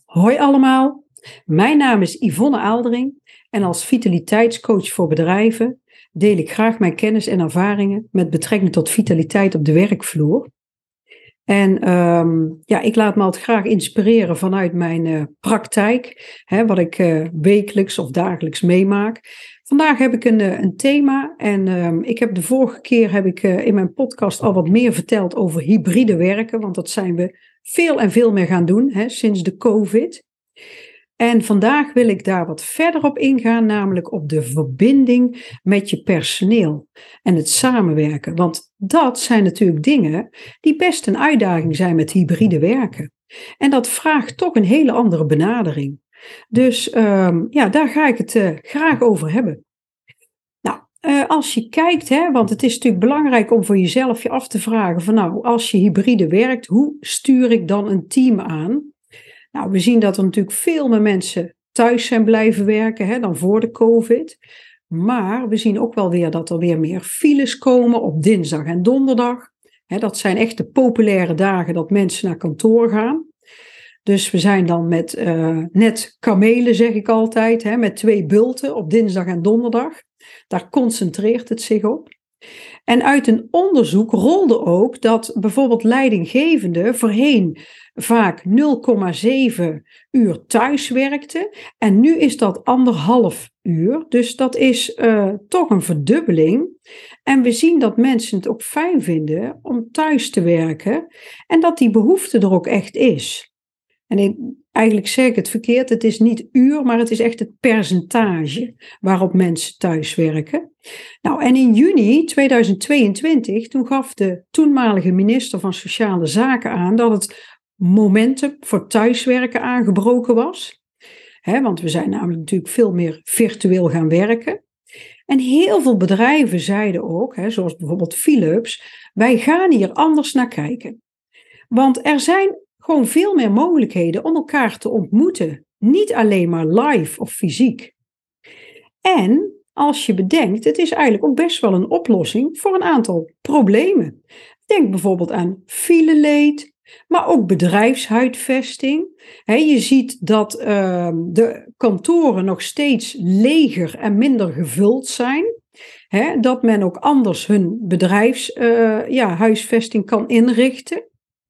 Hoi allemaal, mijn naam is Yvonne Aaldering en als vitaliteitscoach voor bedrijven deel ik graag mijn kennis en ervaringen met betrekking tot vitaliteit op de werkvloer. En ik laat me altijd graag inspireren vanuit mijn praktijk, wat ik wekelijks of dagelijks meemaak. Vandaag heb ik een thema en ik heb de vorige keer in mijn podcast al wat meer verteld over hybride werken, want dat zijn we veel en veel meer gaan doen sinds de COVID. En vandaag wil ik daar wat verder op ingaan, namelijk op de verbinding met je personeel en het samenwerken. Want dat zijn natuurlijk dingen die best een uitdaging zijn met hybride werken. En dat vraagt toch een hele andere benadering. Dus daar ga ik het graag over hebben. Nou, als je kijkt, want het is natuurlijk belangrijk om voor jezelf je af te vragen van nou, als je hybride werkt, hoe stuur ik dan een team aan? Nou, we zien dat er natuurlijk veel meer mensen thuis zijn blijven werken dan voor de COVID. Maar we zien ook wel weer dat er weer meer files komen op dinsdag en donderdag. Dat zijn echt de populaire dagen dat mensen naar kantoor gaan. Dus we zijn dan met net kamelen, zeg ik altijd, met 2 bulten op dinsdag en donderdag. Daar concentreert het zich op. En uit een onderzoek rolde ook dat bijvoorbeeld leidinggevenden voorheen vaak 0,7 uur thuis werkten. En nu is dat 1,5 uur. Dus dat is toch een verdubbeling. En we zien dat mensen het ook fijn vinden om thuis te werken. En dat die behoefte er ook echt is. En eigenlijk zeg ik het verkeerd, het is niet uur, maar het is echt het percentage waarop mensen thuis werken. Nou, en in juni 2022, toen gaf de toenmalige minister van Sociale Zaken aan dat het momentum voor thuiswerken aangebroken was. Want we zijn namelijk natuurlijk veel meer virtueel gaan werken. En heel veel bedrijven zeiden ook, zoals bijvoorbeeld Philips, wij gaan hier anders naar kijken. Want er zijn gewoon veel meer mogelijkheden om elkaar te ontmoeten. Niet alleen maar live of fysiek. En als je bedenkt, het is eigenlijk ook best wel een oplossing voor een aantal problemen. Denk bijvoorbeeld aan fileleed, maar ook bedrijfshuisvesting. Je ziet dat de kantoren nog steeds leger en minder gevuld zijn. Dat men ook anders hun bedrijfshuisvesting kan inrichten.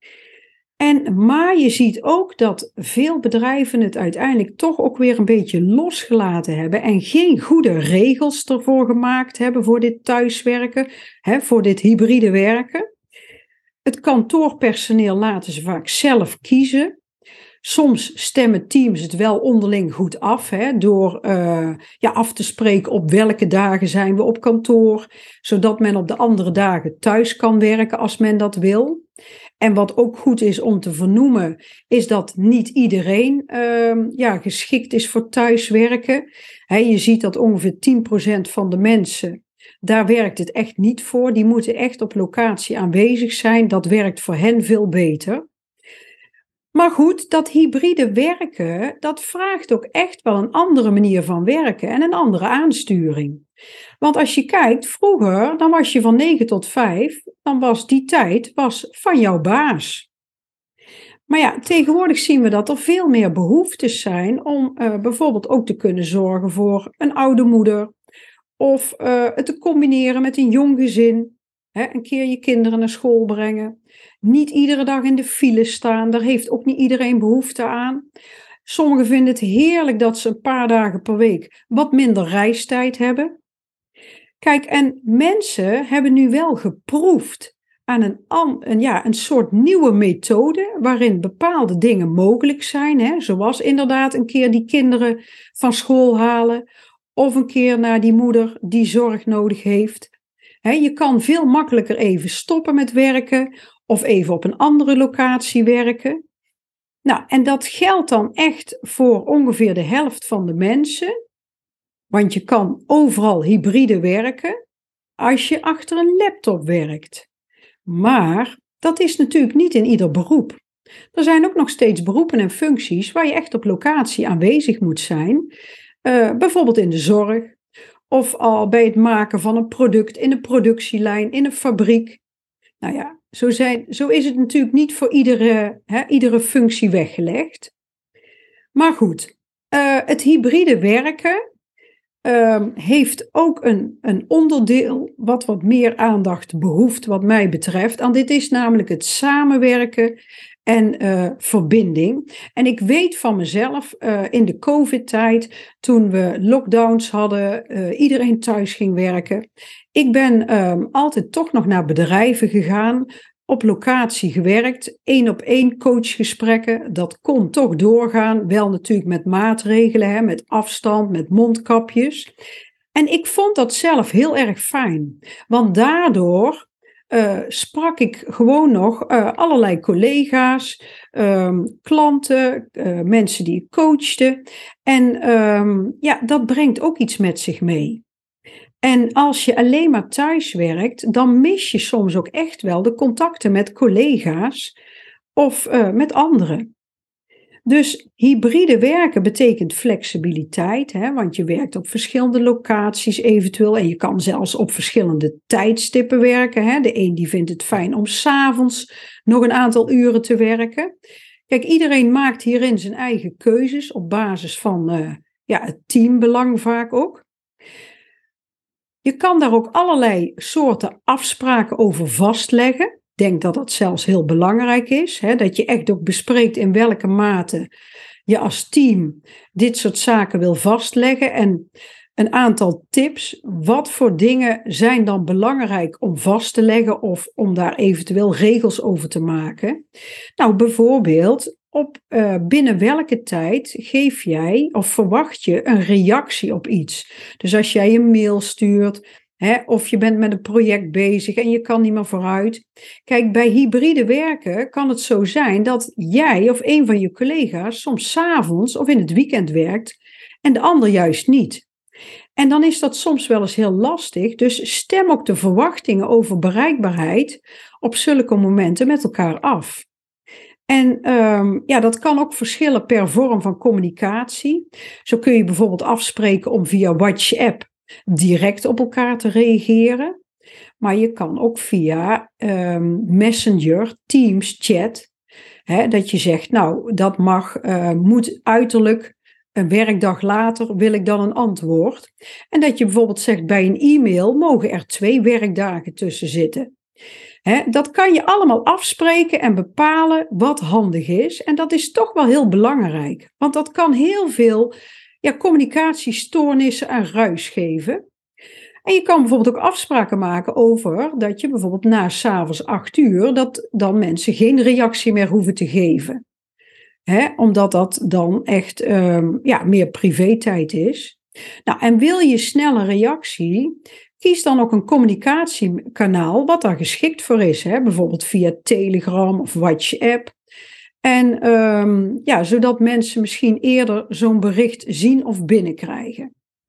Maar je ziet ook dat veel bedrijven het uiteindelijk toch ook weer een beetje losgelaten hebben en geen goede regels ervoor gemaakt hebben voor dit thuiswerken, voor dit hybride werken. Het kantoorpersoneel laten ze vaak zelf kiezen. Soms stemmen teams het wel onderling goed af, door af te spreken op welke dagen zijn we op kantoor, zodat men op de andere dagen thuis kan werken als men dat wil. En wat ook goed is om te vernoemen, is dat niet iedereen geschikt is voor thuiswerken. Je ziet dat ongeveer 10% van de mensen, daar werkt het echt niet voor. Die moeten echt op locatie aanwezig zijn. Dat werkt voor hen veel beter. Maar goed, dat hybride werken, dat vraagt ook echt wel een andere manier van werken en een andere aansturing. Want als je kijkt, vroeger, dan was je van 9 tot 5, dan was die tijd van jouw baas. Maar ja, tegenwoordig zien we dat er veel meer behoeftes zijn om bijvoorbeeld ook te kunnen zorgen voor een oude moeder. Of het te combineren met een jong gezin. Een keer je kinderen naar school brengen. Niet iedere dag in de file staan, daar heeft ook niet iedereen behoefte aan. Sommigen vinden het heerlijk dat ze een paar dagen per week wat minder reistijd hebben. Kijk, en mensen hebben nu wel geproefd aan een soort nieuwe methode waarin bepaalde dingen mogelijk zijn. Zoals inderdaad een keer die kinderen van school halen of een keer naar die moeder die zorg nodig heeft. Je kan veel makkelijker even stoppen met werken of even op een andere locatie werken. Nou, en dat geldt dan echt voor ongeveer de helft van de mensen. Want je kan overal hybride werken als je achter een laptop werkt. Maar dat is natuurlijk niet in ieder beroep. Er zijn ook nog steeds beroepen en functies waar je echt op locatie aanwezig moet zijn. Bijvoorbeeld in de zorg of al bij het maken van een product in een productielijn, in een fabriek. Nou ja, zo is het natuurlijk niet voor iedere functie weggelegd. Maar goed, het hybride werken heeft ook een onderdeel wat meer aandacht behoeft wat mij betreft. En dit is namelijk het samenwerken en verbinding. En ik weet van mezelf in de COVID-tijd, toen we lockdowns hadden, iedereen thuis ging werken. Ik ben altijd toch nog naar bedrijven gegaan, op locatie gewerkt, 1-op-1 coachgesprekken. Dat kon toch doorgaan, wel natuurlijk met maatregelen, hè, met afstand, met mondkapjes. En ik vond dat zelf heel erg fijn, want daardoor sprak ik gewoon nog allerlei collega's, klanten, mensen die ik coachte. En ja, dat brengt ook iets met zich mee. En als je alleen maar thuis werkt, dan mis je soms ook echt wel de contacten met collega's of met anderen. Dus hybride werken betekent flexibiliteit, hè, want je werkt op verschillende locaties eventueel en je kan zelfs op verschillende tijdstippen werken. Hè. De een die vindt het fijn om 's avonds nog een aantal uren te werken. Kijk, iedereen maakt hierin zijn eigen keuzes op basis van het teambelang vaak ook. Je kan daar ook allerlei soorten afspraken over vastleggen. Ik denk dat dat zelfs heel belangrijk is. Hè? Dat je echt ook bespreekt in welke mate je als team dit soort zaken wil vastleggen. En een aantal tips. Wat voor dingen zijn dan belangrijk om vast te leggen of om daar eventueel regels over te maken? Nou, bijvoorbeeld binnen welke tijd geef jij of verwacht je een reactie op iets? Dus als jij een mail stuurt, hè, of je bent met een project bezig en je kan niet meer vooruit. Kijk, bij hybride werken kan het zo zijn dat jij of een van je collega's soms 's avonds of in het weekend werkt en de ander juist niet. En dan is dat soms wel eens heel lastig. Dus stem ook de verwachtingen over bereikbaarheid op zulke momenten met elkaar af. En dat kan ook verschillen per vorm van communicatie. Zo kun je bijvoorbeeld afspreken om via WhatsApp direct op elkaar te reageren. Maar je kan ook via Messenger, Teams, chat. Hè, dat je zegt, nou, dat moet uiterlijk een werkdag later wil ik dan een antwoord. En dat je bijvoorbeeld zegt, bij een e-mail mogen er 2 werkdagen tussen zitten. Dat kan je allemaal afspreken en bepalen wat handig is. En dat is toch wel heel belangrijk. Want dat kan heel veel communicatiestoornissen en ruis geven. En je kan bijvoorbeeld ook afspraken maken over dat je bijvoorbeeld na 's avonds 8 uur... dat dan mensen geen reactie meer hoeven te geven. Omdat dat dan echt meer privé-tijd is. Nou, en wil je snelle reactie... Kies dan ook een communicatiekanaal wat daar geschikt voor is. Hè? Bijvoorbeeld via Telegram of WhatsApp. En zodat mensen misschien eerder zo'n bericht zien of binnenkrijgen.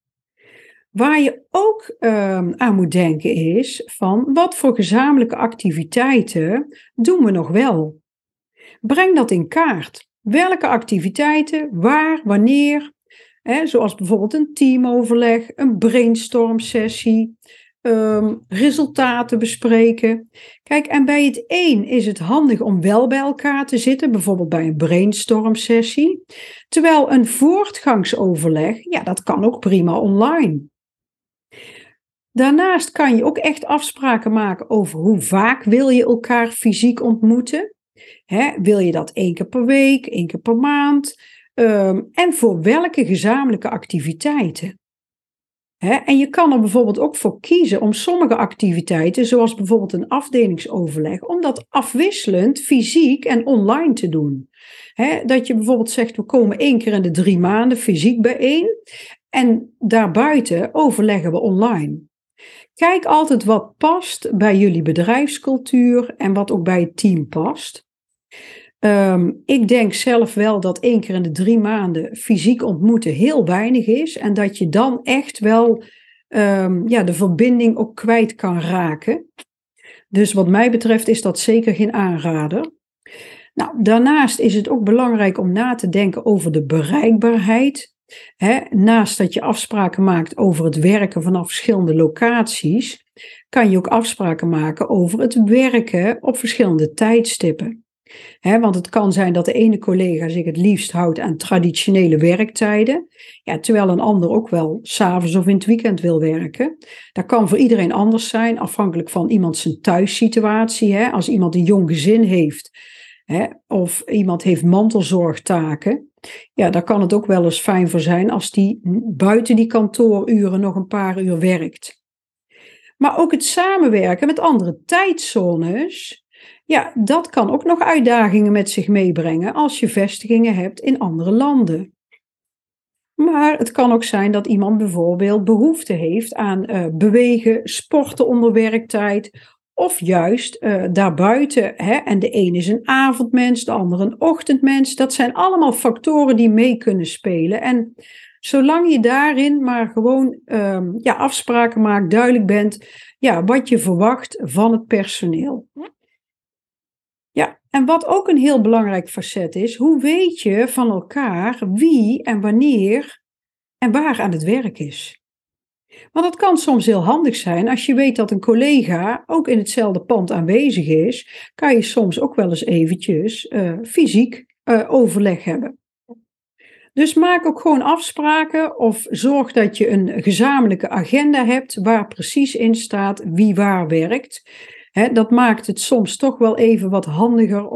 Waar je ook aan moet denken is van wat voor gezamenlijke activiteiten doen we nog wel? Breng dat in kaart. Welke activiteiten, waar, wanneer... zoals bijvoorbeeld een teamoverleg, een brainstormsessie, resultaten bespreken. Kijk, en bij het een is het handig om wel bij elkaar te zitten, bijvoorbeeld bij een brainstormsessie. Terwijl een voortgangsoverleg, dat kan ook prima online. Daarnaast kan je ook echt afspraken maken over hoe vaak wil je elkaar fysiek ontmoeten. Wil je dat 1 keer per week, 1 keer per maand... en voor welke gezamenlijke activiteiten. En je kan er bijvoorbeeld ook voor kiezen om sommige activiteiten, zoals bijvoorbeeld een afdelingsoverleg, om dat afwisselend fysiek en online te doen. Dat je bijvoorbeeld zegt, we komen 1 keer in de 3 maanden fysiek bijeen en daarbuiten overleggen we online. Kijk altijd wat past bij jullie bedrijfscultuur en wat ook bij het team past. Ik denk zelf wel dat 1 keer in de 3 maanden fysiek ontmoeten heel weinig is. En dat je dan echt wel de verbinding ook kwijt kan raken. Dus wat mij betreft is dat zeker geen aanrader. Nou, daarnaast is het ook belangrijk om na te denken over de bereikbaarheid. Naast dat je afspraken maakt over het werken vanaf verschillende locaties, kan je ook afspraken maken over het werken op verschillende tijdstippen. Want het kan zijn dat de ene collega zich het liefst houdt aan traditionele werktijden, terwijl een ander ook wel 's avonds of in het weekend wil werken. Dat kan voor iedereen anders zijn, afhankelijk van iemand zijn thuissituatie. Als iemand een jong gezin heeft, of iemand heeft mantelzorgtaken, daar kan het ook wel eens fijn voor zijn als die buiten die kantooruren nog een paar uur werkt. Maar ook het samenwerken met andere tijdzones, dat kan ook nog uitdagingen met zich meebrengen als je vestigingen hebt in andere landen. Maar het kan ook zijn dat iemand bijvoorbeeld behoefte heeft aan bewegen, sporten onder werktijd, of juist daarbuiten. En de een is een avondmens, de ander een ochtendmens. Dat zijn allemaal factoren die mee kunnen spelen. En zolang je daarin maar gewoon afspraken maakt, duidelijk bent wat je verwacht van het personeel. Ja, en wat ook een heel belangrijk facet is, hoe weet je van elkaar wie en wanneer en waar aan het werk is? Want dat kan soms heel handig zijn. Als je weet dat een collega ook in hetzelfde pand aanwezig is, kan je soms ook wel eens eventjes fysiek overleg hebben. Dus maak ook gewoon afspraken of zorg dat je een gezamenlijke agenda hebt waar precies in staat wie waar werkt. Dat maakt het soms toch wel even wat handiger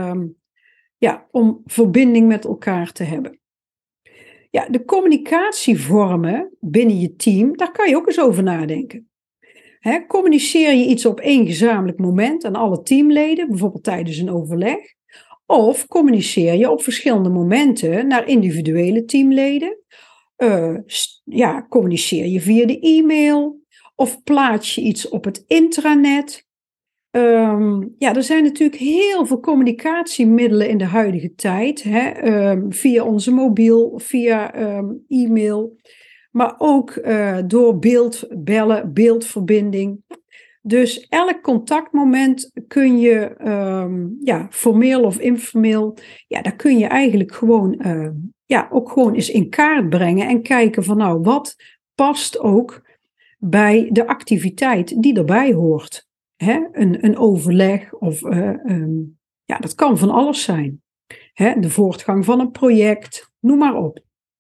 om verbinding met elkaar te hebben. Ja, de communicatievormen binnen je team, daar kan je ook eens over nadenken. Communiceer je iets op één gezamenlijk moment aan alle teamleden, bijvoorbeeld tijdens een overleg? Of communiceer je op verschillende momenten naar individuele teamleden? Communiceer je via de e-mail? Of plaats je iets op het intranet? Er zijn natuurlijk heel veel communicatiemiddelen in de huidige tijd. Via onze mobiel, via e-mail. Maar ook door beeldbellen, beeldverbinding. Dus elk contactmoment kun je, formeel of informeel, daar kun je eigenlijk gewoon, ook gewoon eens in kaart brengen en kijken van wat past ook bij de activiteit die erbij hoort. Een overleg of, dat kan van alles zijn. De voortgang van een project, noem maar op.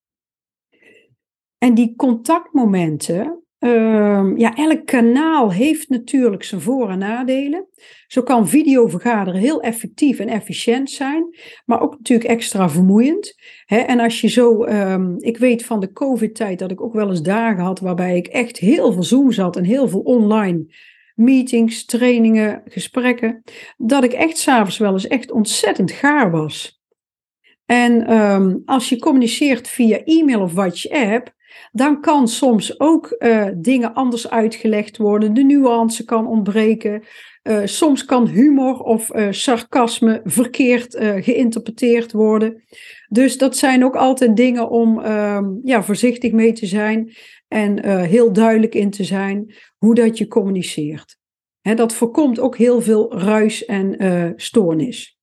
En die contactmomenten, elk kanaal heeft natuurlijk zijn voor- en nadelen. Zo kan videovergaderen heel effectief en efficiënt zijn, maar ook natuurlijk extra vermoeiend. En als je zo, ik weet van de COVID-tijd dat ik ook wel eens dagen had waarbij ik echt heel veel Zoom zat en heel veel online meetings, trainingen, gesprekken, dat ik echt 's avonds wel eens echt ontzettend gaar was. En als je communiceert via e-mail of WhatsApp, dan kan soms ook dingen anders uitgelegd worden. De nuance kan ontbreken. Soms kan humor of sarcasme verkeerd geïnterpreteerd worden. Dus dat zijn ook altijd dingen om voorzichtig mee te zijn en heel duidelijk in te zijn hoe dat je communiceert. Dat voorkomt ook heel veel ruis en stoornis.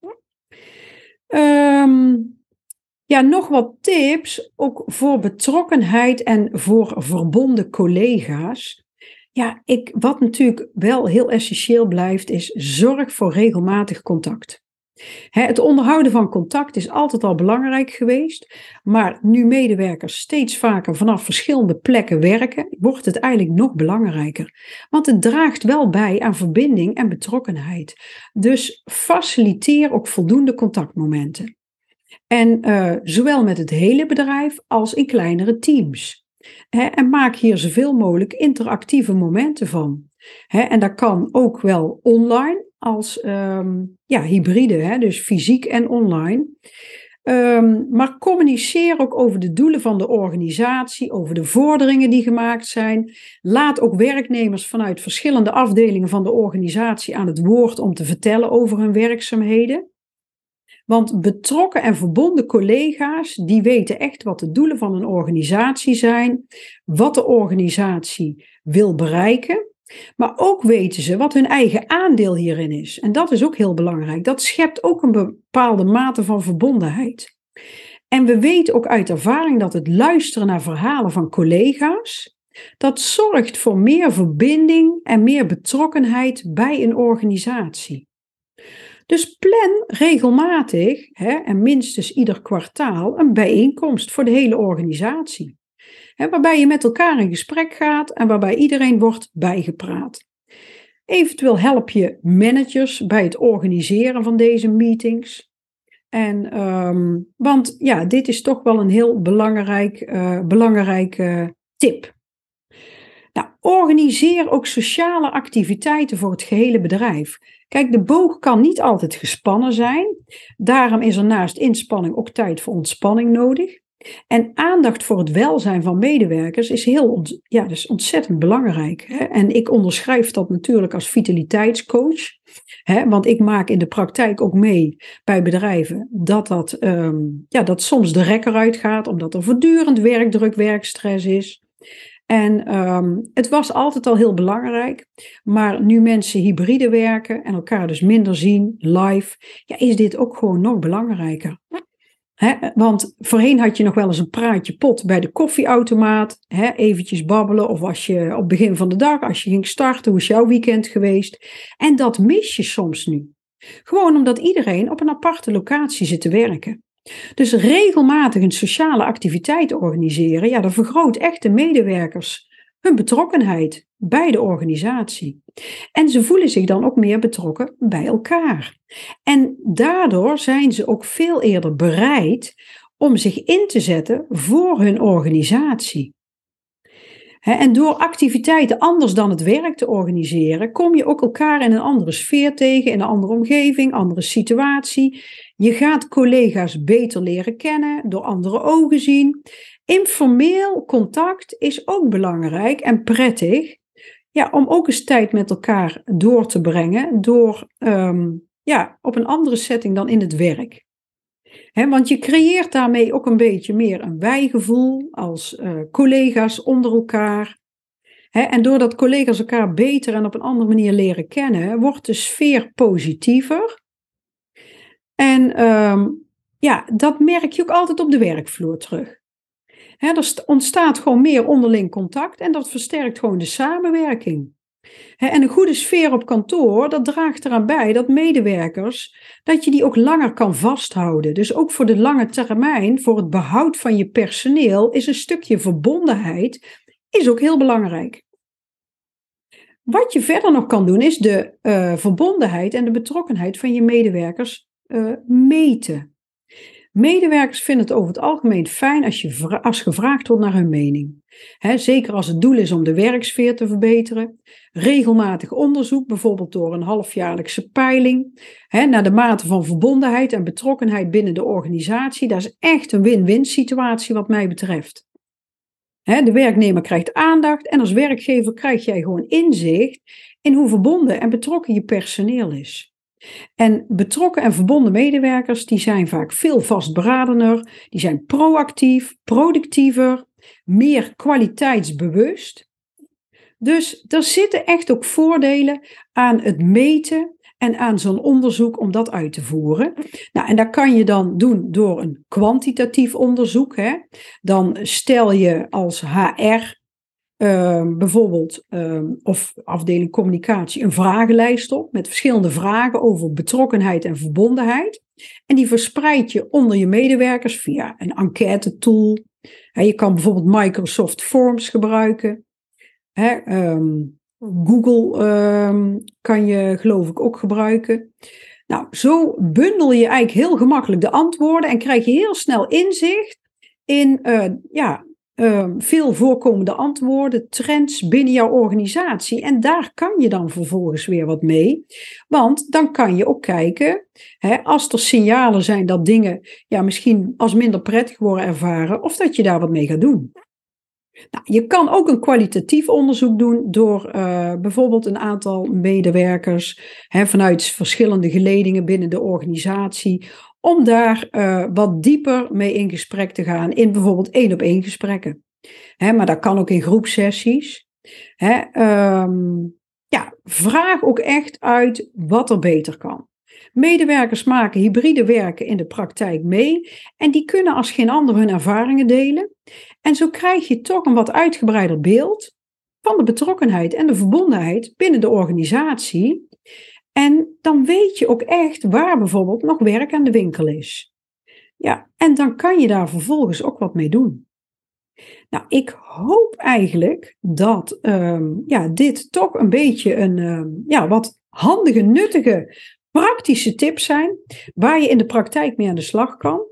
Nog wat tips, ook voor betrokkenheid en voor verbonden collega's. Wat natuurlijk wel heel essentieel blijft, is zorg voor regelmatig contact. Het onderhouden van contact is altijd al belangrijk geweest, maar nu medewerkers steeds vaker vanaf verschillende plekken werken, wordt het eigenlijk nog belangrijker. Want het draagt wel bij aan verbinding en betrokkenheid. Dus faciliteer ook voldoende contactmomenten. En zowel met het hele bedrijf als in kleinere teams. En maak hier zoveel mogelijk interactieve momenten van. En dat kan ook wel online als hybride, dus fysiek en online. Maar communiceer ook over de doelen van de organisatie, over de vorderingen die gemaakt zijn. Laat ook werknemers vanuit verschillende afdelingen van de organisatie aan het woord om te vertellen over hun werkzaamheden. Want betrokken en verbonden collega's, die weten echt wat de doelen van een organisatie zijn, wat de organisatie wil bereiken, maar ook weten ze wat hun eigen aandeel hierin is. En dat is ook heel belangrijk. Dat schept ook een bepaalde mate van verbondenheid. En we weten ook uit ervaring dat het luisteren naar verhalen van collega's, dat zorgt voor meer verbinding en meer betrokkenheid bij een organisatie. Dus plan regelmatig en minstens ieder kwartaal een bijeenkomst voor de hele organisatie. Waarbij je met elkaar in gesprek gaat en waarbij iedereen wordt bijgepraat. Eventueel help je managers bij het organiseren van deze meetings. Want ja, dit is toch wel een heel belangrijke tip. Nou, organiseer ook sociale activiteiten voor het gehele bedrijf. Kijk, de boog kan niet altijd gespannen zijn. Daarom is er naast inspanning ook tijd voor ontspanning nodig. En aandacht voor het welzijn van medewerkers is dat is ontzettend belangrijk. En ik onderschrijf dat natuurlijk als vitaliteitscoach. Want ik maak in de praktijk ook mee bij bedrijven dat soms de rek eruit gaat, omdat er voortdurend werkdruk, werkstress is. En het was altijd al heel belangrijk, maar nu mensen hybride werken en elkaar dus minder zien, live, is dit ook gewoon nog belangrijker. Want voorheen had je nog wel eens een praatje pot bij de koffieautomaat, eventjes babbelen, of als je op het begin van de dag, als je ging starten, hoe is jouw weekend geweest? En dat mis je soms nu. Gewoon omdat iedereen op een aparte locatie zit te werken. Dus regelmatig een sociale activiteit organiseren, dat vergroot echt de medewerkers hun betrokkenheid bij de organisatie. En ze voelen zich dan ook meer betrokken bij elkaar. En daardoor zijn ze ook veel eerder bereid om zich in te zetten voor hun organisatie. En door activiteiten anders dan het werk te organiseren, kom je ook elkaar in een andere sfeer tegen, in een andere omgeving, andere situatie. Je gaat collega's beter leren kennen, door andere ogen zien. Informeel contact is ook belangrijk en prettig, om ook eens tijd met elkaar door te brengen, door op een andere setting dan in het werk. Want je creëert daarmee ook een beetje meer een wijgevoel als collega's onder elkaar. En doordat collega's elkaar beter en op een andere manier leren kennen, wordt de sfeer positiever. En dat merk je ook altijd op de werkvloer terug. Er ontstaat gewoon meer onderling contact en dat versterkt gewoon de samenwerking. En een goede sfeer op kantoor, dat draagt eraan bij dat medewerkers, dat je die ook langer kan vasthouden. Dus ook voor de lange termijn, voor het behoud van je personeel, is een stukje verbondenheid is ook heel belangrijk. Wat je verder nog kan doen, is de verbondenheid en de betrokkenheid van je medewerkers meten. Medewerkers vinden het over het algemeen fijn als gevraagd wordt naar hun mening. Zeker als het doel is om de werksfeer te verbeteren. Regelmatig onderzoek, bijvoorbeeld door een halfjaarlijkse peiling, naar de mate van verbondenheid en betrokkenheid binnen de organisatie. Dat is echt een win-win situatie wat mij betreft. De werknemer krijgt aandacht en als werkgever krijg jij gewoon inzicht in hoe verbonden en betrokken je personeel is. En betrokken en verbonden medewerkers, die zijn vaak veel vastberadener, die zijn proactief, productiever, meer kwaliteitsbewust. Dus er zitten echt ook voordelen aan het meten en aan zo'n onderzoek om dat uit te voeren. Nou, en dat kan je dan doen door een kwantitatief onderzoek. Dan stel je als HR bijvoorbeeld, of afdeling communicatie, een vragenlijst op met verschillende vragen over betrokkenheid en verbondenheid. En die verspreid je onder je medewerkers via een enquête tool. Je kan bijvoorbeeld Microsoft Forms gebruiken. Google kan je geloof ik ook gebruiken. Nou, zo bundel je eigenlijk heel gemakkelijk de antwoorden en krijg je heel snel inzicht in veel voorkomende antwoorden, trends binnen jouw organisatie. En daar kan je dan vervolgens weer wat mee. Want dan kan je ook kijken, als er signalen zijn dat dingen misschien als minder prettig worden ervaren, of dat je daar wat mee gaat doen. Nou, je kan ook een kwalitatief onderzoek doen door bijvoorbeeld een aantal medewerkers vanuit verschillende geledingen binnen de organisatie, om daar wat dieper mee in gesprek te gaan in bijvoorbeeld 1-op-1 gesprekken. Maar dat kan ook in groepsessies. Vraag ook echt uit wat er beter kan. Medewerkers maken hybride werken in de praktijk mee en die kunnen als geen ander hun ervaringen delen. En zo krijg je toch een wat uitgebreider beeld van de betrokkenheid en de verbondenheid binnen de organisatie. En dan weet je ook echt waar bijvoorbeeld nog werk aan de winkel is. Ja, en dan kan je daar vervolgens ook wat mee doen. Nou, ik hoop eigenlijk dat dit toch een beetje wat handige, nuttige, praktische tips zijn, waar je in de praktijk mee aan de slag kan.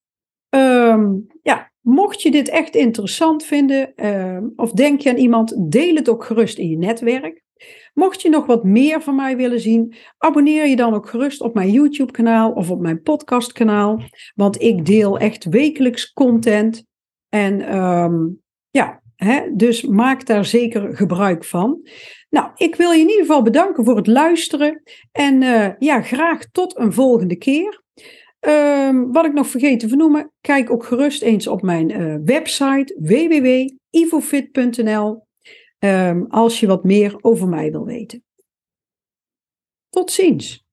Mocht je dit echt interessant vinden, of denk je aan iemand, deel het ook gerust in je netwerk. Mocht je nog wat meer van mij willen zien, abonneer je dan ook gerust op mijn YouTube-kanaal of op mijn podcastkanaal, want ik deel echt wekelijks content. En dus maak daar zeker gebruik van. Nou, ik wil je in ieder geval bedanken voor het luisteren en graag tot een volgende keer. Wat ik nog vergeten te vernoemen, kijk ook gerust eens op mijn website www.ivofit.nl als je wat meer over mij wil weten. Tot ziens!